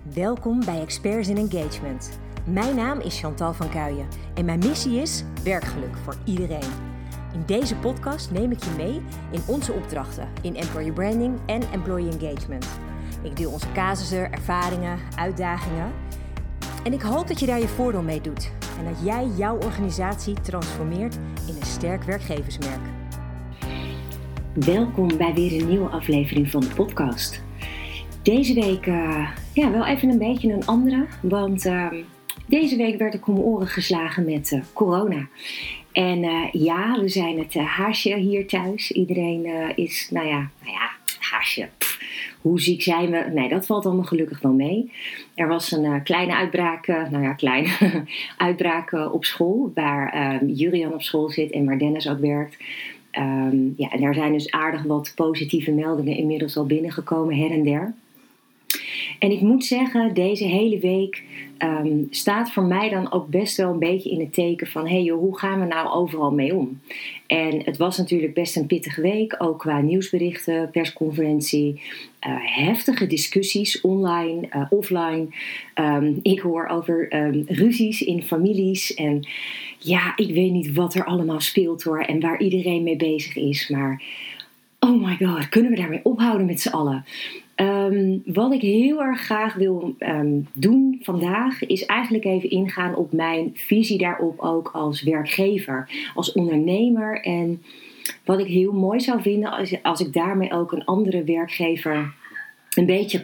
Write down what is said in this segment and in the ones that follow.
Welkom bij Experts in Engagement. Mijn naam is Chantal van Kuijen en mijn missie is werkgeluk voor iedereen. In deze podcast neem ik je mee in onze opdrachten in employer branding en employee engagement. Ik deel onze casussen, ervaringen, uitdagingen en ik hoop dat je daar je voordeel mee doet en dat jij jouw organisatie transformeert in een sterk werkgeversmerk. Welkom bij weer een nieuwe aflevering van de podcast. Deze week wel even een beetje een andere, want deze week werd ik om mijn oren geslagen met corona. En we zijn het haasje hier thuis. Iedereen is, haasje. Hoe ziek zijn we? Nee, dat valt allemaal gelukkig wel mee. Er was een kleine uitbraak, uitbraak op school, waar Jurian op school zit en waar Dennis ook werkt. En daar zijn dus aardig wat positieve meldingen inmiddels al binnengekomen, her en der. En ik moet zeggen, deze hele week staat voor mij dan ook best wel een beetje in het teken van hoe gaan we nou overal mee om? En het was natuurlijk best een pittige week, ook qua nieuwsberichten, persconferentie, heftige discussies online, offline. Ik hoor over ruzies in families en ik weet niet wat er allemaal speelt hoor en waar iedereen mee bezig is, maar oh my god, kunnen we daarmee ophouden met z'n allen? Wat ik heel erg graag wil doen vandaag is eigenlijk even ingaan op mijn visie daarop ook als werkgever, als ondernemer. En wat ik heel mooi zou vinden als ik daarmee ook een andere werkgever een beetje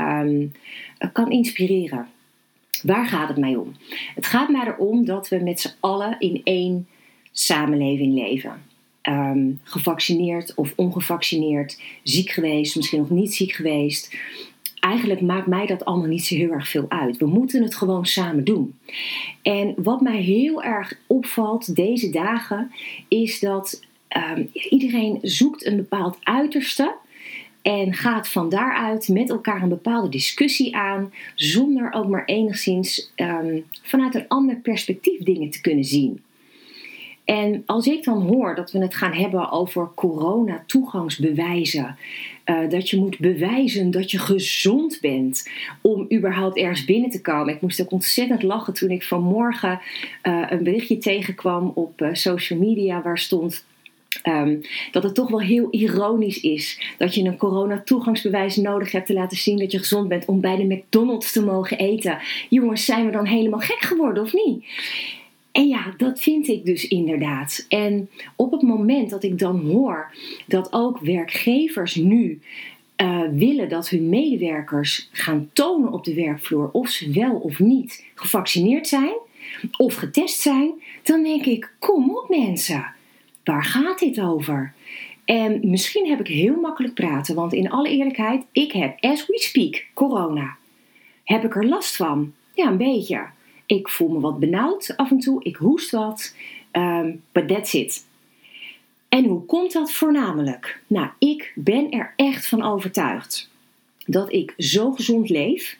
kan inspireren. Waar gaat het mij om? Het gaat mij erom dat we met z'n allen in één samenleving leven. Gevaccineerd of ongevaccineerd, ziek geweest, misschien nog niet ziek geweest. Eigenlijk maakt mij dat allemaal niet zo heel erg veel uit. We moeten het gewoon samen doen. En wat mij heel erg opvalt deze dagen is dat iedereen zoekt een bepaald uiterste en gaat van daaruit met elkaar een bepaalde discussie aan, zonder ook maar enigszins vanuit een ander perspectief dingen te kunnen zien. En als ik dan hoor dat we het gaan hebben over corona-toegangsbewijzen, dat je moet bewijzen dat je gezond bent om überhaupt ergens binnen te komen. Ik moest ook ontzettend lachen toen ik vanmorgen een berichtje tegenkwam op social media waar stond dat het toch wel heel ironisch is dat je een corona-toegangsbewijs nodig hebt te laten zien dat je gezond bent om bij de McDonald's te mogen eten. Jongens, zijn we dan helemaal gek geworden of niet? En ja, dat vind ik dus inderdaad. En op het moment dat ik dan hoor dat ook werkgevers nu willen dat hun medewerkers gaan tonen op de werkvloer of ze wel of niet gevaccineerd zijn of getest zijn, dan denk ik, kom op mensen, waar gaat dit over? En misschien heb ik heel makkelijk praten, want in alle eerlijkheid, ik heb as we speak corona. Heb ik er last van? Ja, een beetje. Ik voel me wat benauwd af en toe. Ik hoest wat. But that's it. En hoe komt dat voornamelijk? Nou, ik ben er echt van overtuigd dat ik zo gezond leef.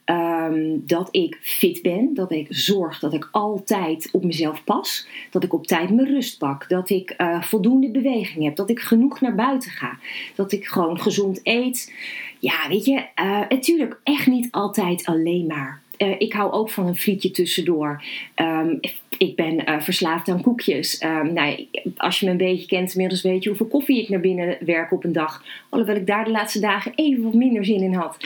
Dat ik fit ben. Dat ik zorg dat ik altijd op mezelf pas. Dat ik op tijd mijn rust pak. Dat ik voldoende beweging heb. Dat ik genoeg naar buiten ga. Dat ik gewoon gezond eet. Ja, weet je, natuurlijk echt niet altijd alleen maar. Ik hou ook van een frietje tussendoor. Ik ben verslaafd aan koekjes. Als je me een beetje kent, inmiddels weet je hoeveel koffie ik naar binnen werk op een dag. Alhoewel ik daar de laatste dagen even wat minder zin in had.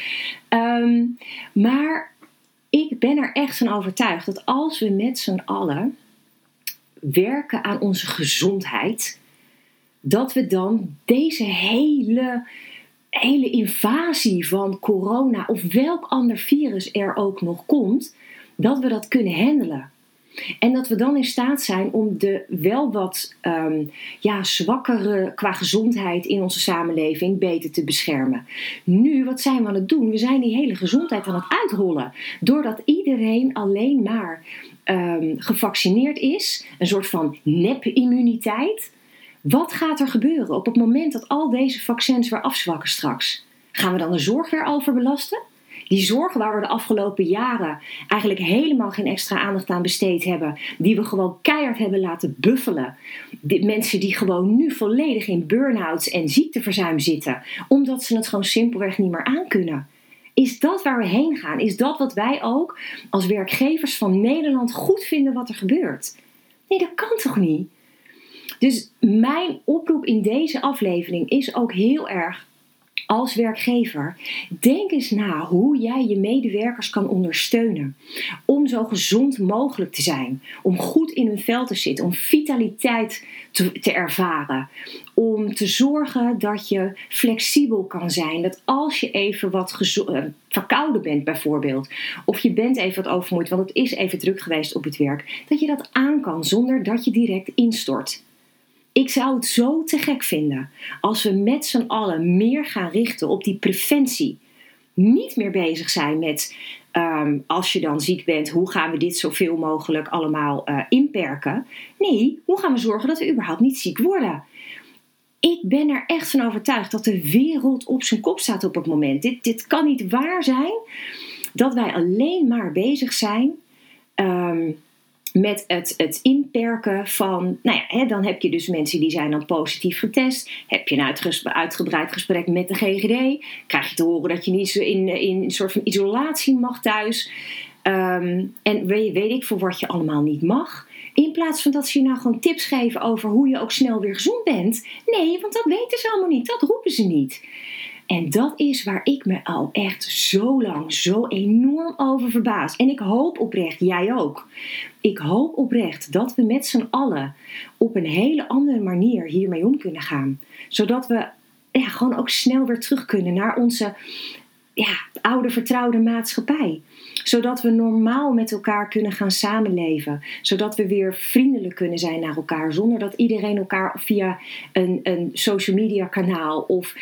Maar ik ben er echt van overtuigd dat als we met z'n allen werken aan onze gezondheid, dat we dan deze hele invasie van corona of welk ander virus er ook nog komt, dat we dat kunnen handelen. En dat we dan in staat zijn om de wel wat zwakkere qua gezondheid in onze samenleving beter te beschermen. Nu, wat zijn we aan het doen? We zijn die hele gezondheid aan het uitrollen. Doordat iedereen alleen maar gevaccineerd is, een soort van nep-immuniteit. Wat gaat er gebeuren op het moment dat al deze vaccins weer afzwakken straks? Gaan we dan de zorg weer overbelasten? Die zorg waar we de afgelopen jaren eigenlijk helemaal geen extra aandacht aan besteed hebben. Die we gewoon keihard hebben laten buffelen. De mensen die gewoon nu volledig in burn-outs en ziekteverzuim zitten. Omdat ze het gewoon simpelweg niet meer aankunnen. Is dat waar we heen gaan? Is dat wat wij ook als werkgevers van Nederland goed vinden wat er gebeurt? Nee, dat kan toch niet? Dus mijn oproep in deze aflevering is ook heel erg als werkgever. Denk eens na hoe jij je medewerkers kan ondersteunen. Om zo gezond mogelijk te zijn. Om goed in hun vel te zitten. Om vitaliteit te ervaren. Om te zorgen dat je flexibel kan zijn. Dat als je even wat verkouden bent bijvoorbeeld. Of je bent even wat overmoeid. Want het is even druk geweest op het werk. Dat je dat aan kan zonder dat je direct instort. Ik zou het zo te gek vinden als we met z'n allen meer gaan richten op die preventie. Niet meer bezig zijn met, als je dan ziek bent, hoe gaan we dit zoveel mogelijk allemaal inperken? Nee, hoe gaan we zorgen dat we überhaupt niet ziek worden? Ik ben er echt van overtuigd dat de wereld op zijn kop staat op het moment. Dit kan niet waar zijn dat wij alleen maar bezig zijn met het inperken van, dan heb je dus mensen die zijn dan positief getest. Heb je een uitgebreid gesprek met de GGD. Krijg je te horen dat je niet in een soort van isolatie mag thuis. En weet ik voor wat je allemaal niet mag. In plaats van dat ze je nou gewoon tips geven over hoe je ook snel weer gezond bent. Nee, want dat weten ze allemaal niet. Dat roepen ze niet. En dat is waar ik me al echt zo lang zo enorm over verbaas. En ik hoop oprecht, jij ook. Ik hoop oprecht dat we met z'n allen op een hele andere manier hiermee om kunnen gaan. Zodat we gewoon ook snel weer terug kunnen naar onze oude vertrouwde maatschappij. Zodat we normaal met elkaar kunnen gaan samenleven. Zodat we weer vriendelijk kunnen zijn naar elkaar. Zonder dat iedereen elkaar via een social media kanaal. Of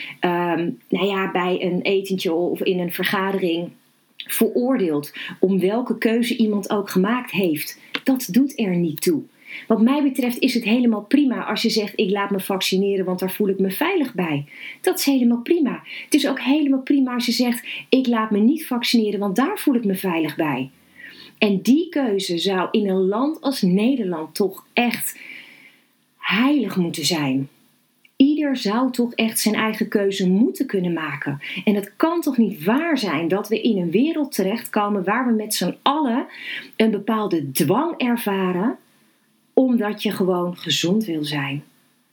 bij een etentje of in een vergadering veroordeelt. Om welke keuze iemand ook gemaakt heeft. Dat doet er niet toe. Wat mij betreft is het helemaal prima als je zegt, ik laat me vaccineren, want daar voel ik me veilig bij. Dat is helemaal prima. Het is ook helemaal prima als je zegt, ik laat me niet vaccineren, want daar voel ik me veilig bij. En die keuze zou in een land als Nederland toch echt heilig moeten zijn. Ieder zou toch echt zijn eigen keuze moeten kunnen maken. En het kan toch niet waar zijn dat we in een wereld terechtkomen waar we met z'n allen een bepaalde dwang ervaren, omdat je gewoon gezond wil zijn.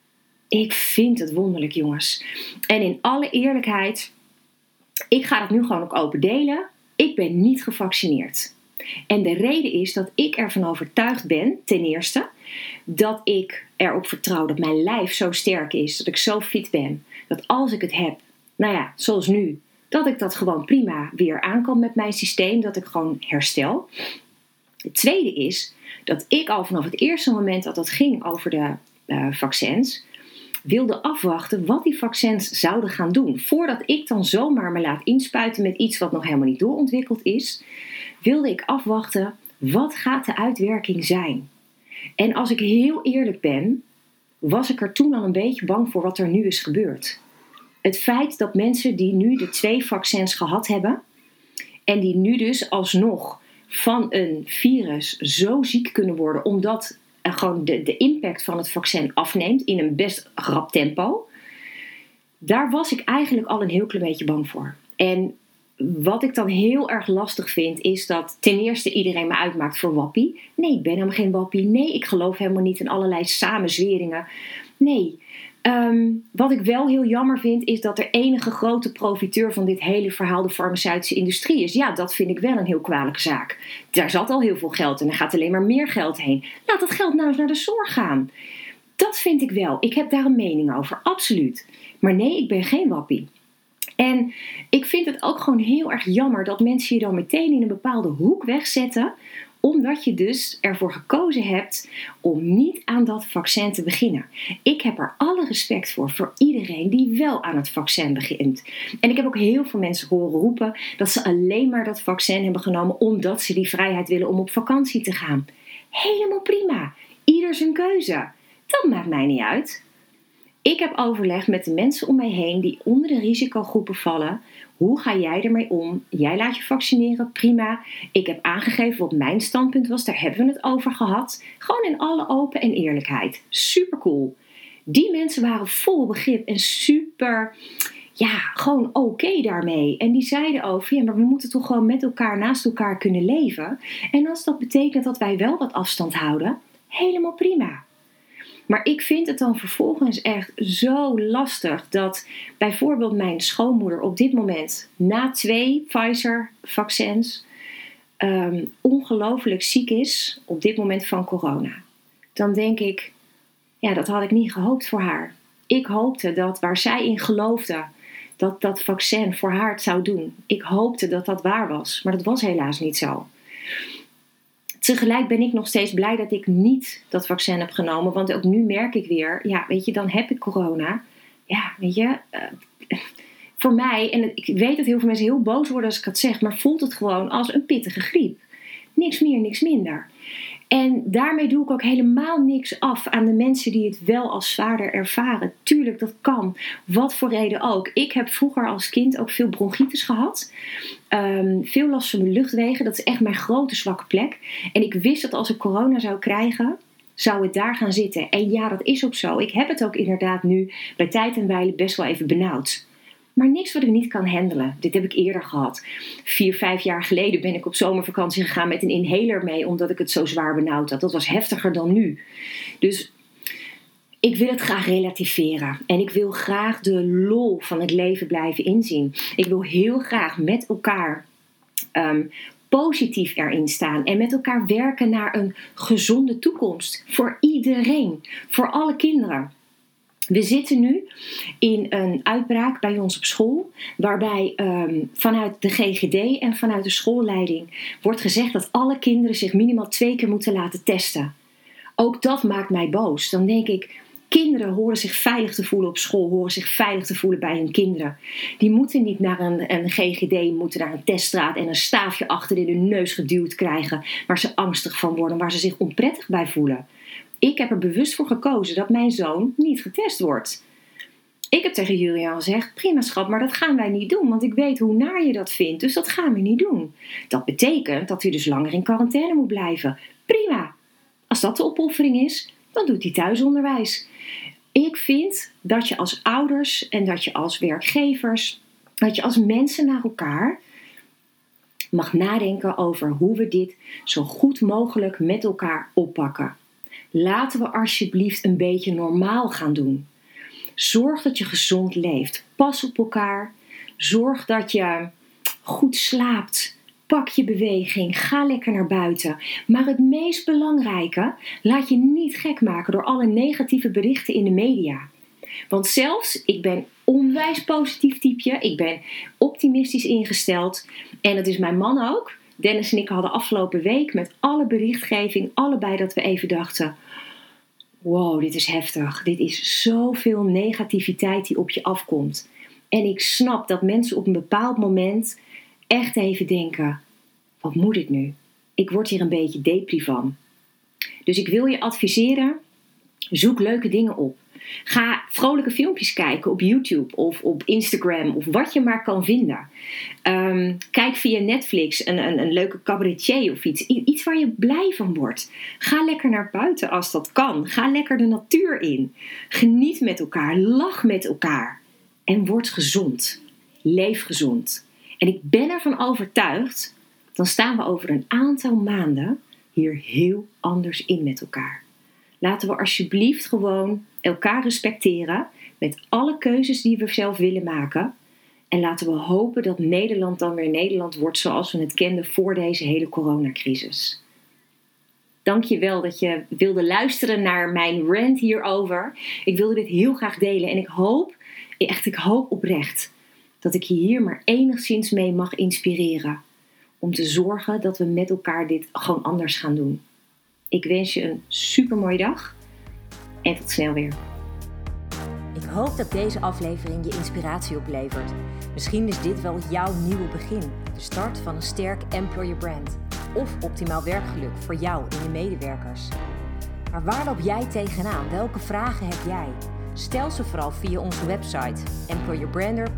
Ik vind het wonderlijk, jongens. En in alle eerlijkheid, ik ga het nu gewoon ook open delen. Ik ben niet gevaccineerd. En de reden is dat ik ervan overtuigd ben, ten eerste, dat ik erop vertrouw dat mijn lijf zo sterk is, dat ik zo fit ben, dat als ik het heb, zoals nu, dat ik dat gewoon prima weer aan kan met mijn systeem, dat ik gewoon herstel. Het tweede is dat ik al vanaf het eerste moment dat het ging over de vaccins, wilde afwachten wat die vaccins zouden gaan doen. Voordat ik dan zomaar me laat inspuiten met iets wat nog helemaal niet doorontwikkeld is, wilde ik afwachten, wat gaat de uitwerking zijn? En als ik heel eerlijk ben, was ik er toen al een beetje bang voor wat er nu is gebeurd. Het feit dat mensen die nu de 2 vaccins gehad hebben en die nu dus alsnog van een virus zo ziek kunnen worden, omdat gewoon de impact van het vaccin afneemt in een best rap tempo. Daar was ik eigenlijk al een heel klein beetje bang voor. En wat ik dan heel erg lastig vind, is dat ten eerste iedereen me uitmaakt voor wappie. Nee, ik ben helemaal geen wappie. Nee, ik geloof helemaal niet in allerlei samenzweringen. Nee. Wat ik wel heel jammer vind, is dat de enige grote profiteur van dit hele verhaal de farmaceutische industrie is. Ja, dat vind ik wel een heel kwalijke zaak. Daar zat al heel veel geld en er gaat alleen maar meer geld heen. Laat dat geld nou eens naar de zorg gaan. Dat vind ik wel. Ik heb daar een mening over, absoluut. Maar nee, ik ben geen wappie. En ik vind het ook gewoon heel erg jammer dat mensen je dan meteen in een bepaalde hoek wegzetten, omdat je dus ervoor gekozen hebt om niet aan dat vaccin te beginnen. Ik heb er alle respect voor iedereen die wel aan het vaccin begint. En ik heb ook heel veel mensen horen roepen dat ze alleen maar dat vaccin hebben genomen omdat ze die vrijheid willen om op vakantie te gaan. Helemaal prima. Ieder zijn keuze. Dat maakt mij niet uit. Ik heb overlegd met de mensen om mij heen die onder de risicogroepen vallen. Hoe ga jij ermee om? Jij laat je vaccineren, prima. Ik heb aangegeven wat mijn standpunt was. Daar hebben we het over gehad. Gewoon in alle open en eerlijkheid. Super cool. Die mensen waren vol begrip en super gewoon oké daarmee. En die zeiden over, maar we moeten toch gewoon met elkaar, naast elkaar kunnen leven. En als dat betekent dat wij wel wat afstand houden, helemaal prima. Maar ik vind het dan vervolgens echt zo lastig dat bijvoorbeeld mijn schoonmoeder op dit moment na 2 Pfizer-vaccins ongelooflijk ziek is op dit moment van corona. Dan denk ik, dat had ik niet gehoopt voor haar. Ik hoopte dat waar zij in geloofde, dat dat vaccin voor haar het zou doen. Ik hoopte dat dat waar was, maar dat was helaas niet zo. Tegelijk ben ik nog steeds blij dat ik niet dat vaccin heb genomen. Want ook nu merk ik weer, dan heb ik corona. Voor mij, en ik weet dat heel veel mensen heel boos worden als ik dat zeg, maar voelt het gewoon als een pittige griep. Niks meer, niks minder. En daarmee doe ik ook helemaal niks af aan de mensen die het wel als zwaarder ervaren. Tuurlijk, dat kan. Wat voor reden ook. Ik heb vroeger als kind ook veel bronchitis gehad. Veel last van mijn luchtwegen. Dat is echt mijn grote zwakke plek. En ik wist dat als ik corona zou krijgen, zou het daar gaan zitten. En ja, dat is ook zo. Ik heb het ook inderdaad nu bij tijd en wijle best wel even benauwd. Maar niks wat ik niet kan handelen. Dit heb ik eerder gehad. 4-5 jaar geleden ben ik op zomervakantie gegaan met een inhaler mee, omdat ik het zo zwaar benauwd had. Dat was heftiger dan nu. Dus ik wil het graag relativeren. En ik wil graag de lol van het leven blijven inzien. Ik wil heel graag met elkaar positief erin staan. En met elkaar werken naar een gezonde toekomst. Voor iedereen. Voor alle kinderen. We zitten nu in een uitbraak bij ons op school, waarbij vanuit de GGD en vanuit de schoolleiding wordt gezegd dat alle kinderen zich minimaal 2 keer moeten laten testen. Ook dat maakt mij boos. Dan denk ik, kinderen horen zich veilig te voelen op school, horen zich veilig te voelen bij hun kinderen. Die moeten niet naar een GGD, moeten naar een teststraat en een staafje achter in hun neus geduwd krijgen, waar ze angstig van worden, waar ze zich onprettig bij voelen. Ik heb er bewust voor gekozen dat mijn zoon niet getest wordt. Ik heb tegen Julian gezegd, prima schat, maar dat gaan wij niet doen. Want ik weet hoe naar je dat vindt, dus dat gaan we niet doen. Dat betekent dat hij dus langer in quarantaine moet blijven. Prima. Als dat de opoffering is, dan doet hij thuisonderwijs. Ik vind dat je als ouders en dat je als werkgevers, dat je als mensen naar elkaar mag nadenken over hoe we dit zo goed mogelijk met elkaar oppakken. Laten we alsjeblieft een beetje normaal gaan doen. Zorg dat je gezond leeft. Pas op elkaar. Zorg dat je goed slaapt. Pak je beweging. Ga lekker naar buiten. Maar het meest belangrijke, laat je niet gek maken door alle negatieve berichten in de media. Want zelfs, ik ben onwijs positief typeje. Ik ben optimistisch ingesteld. En dat is mijn man ook. Dennis en ik hadden afgelopen week met alle berichtgeving allebei dat we even dachten, wow, dit is heftig. Dit is zoveel negativiteit die op je afkomt. En ik snap dat mensen op een bepaald moment echt even denken, wat moet ik nu? Ik word hier een beetje depri van. Dus ik wil je adviseren, zoek leuke dingen op. Ga vrolijke filmpjes kijken op YouTube of op Instagram of wat je maar kan vinden. Kijk via Netflix een leuke cabaretier of iets. Iets waar je blij van wordt. Ga lekker naar buiten als dat kan. Ga lekker de natuur in. Geniet met elkaar. Lach met elkaar. En word gezond. Leef gezond. En ik ben ervan overtuigd, dan staan we over een aantal maanden hier heel anders in met elkaar. Laten we alsjeblieft gewoon elkaar respecteren met alle keuzes die we zelf willen maken. En laten we hopen dat Nederland dan weer Nederland wordt zoals we het kenden voor deze hele coronacrisis. Dank je wel dat je wilde luisteren naar mijn rant hierover. Ik wilde dit heel graag delen en ik hoop oprecht dat ik je hier maar enigszins mee mag inspireren. Om te zorgen dat we met elkaar dit gewoon anders gaan doen. Ik wens je een supermooie dag en tot snel weer. Ik hoop dat deze aflevering je inspiratie oplevert. Misschien is dit wel jouw nieuwe begin. De start van een sterk employer brand. Of optimaal werkgeluk voor jou en je medewerkers. Maar waar loop jij tegenaan? Welke vragen heb jij? Stel ze vooral via onze website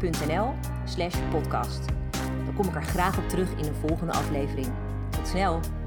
employerbrander.nl/podcast. Dan kom ik er graag op terug in een volgende aflevering. Tot snel!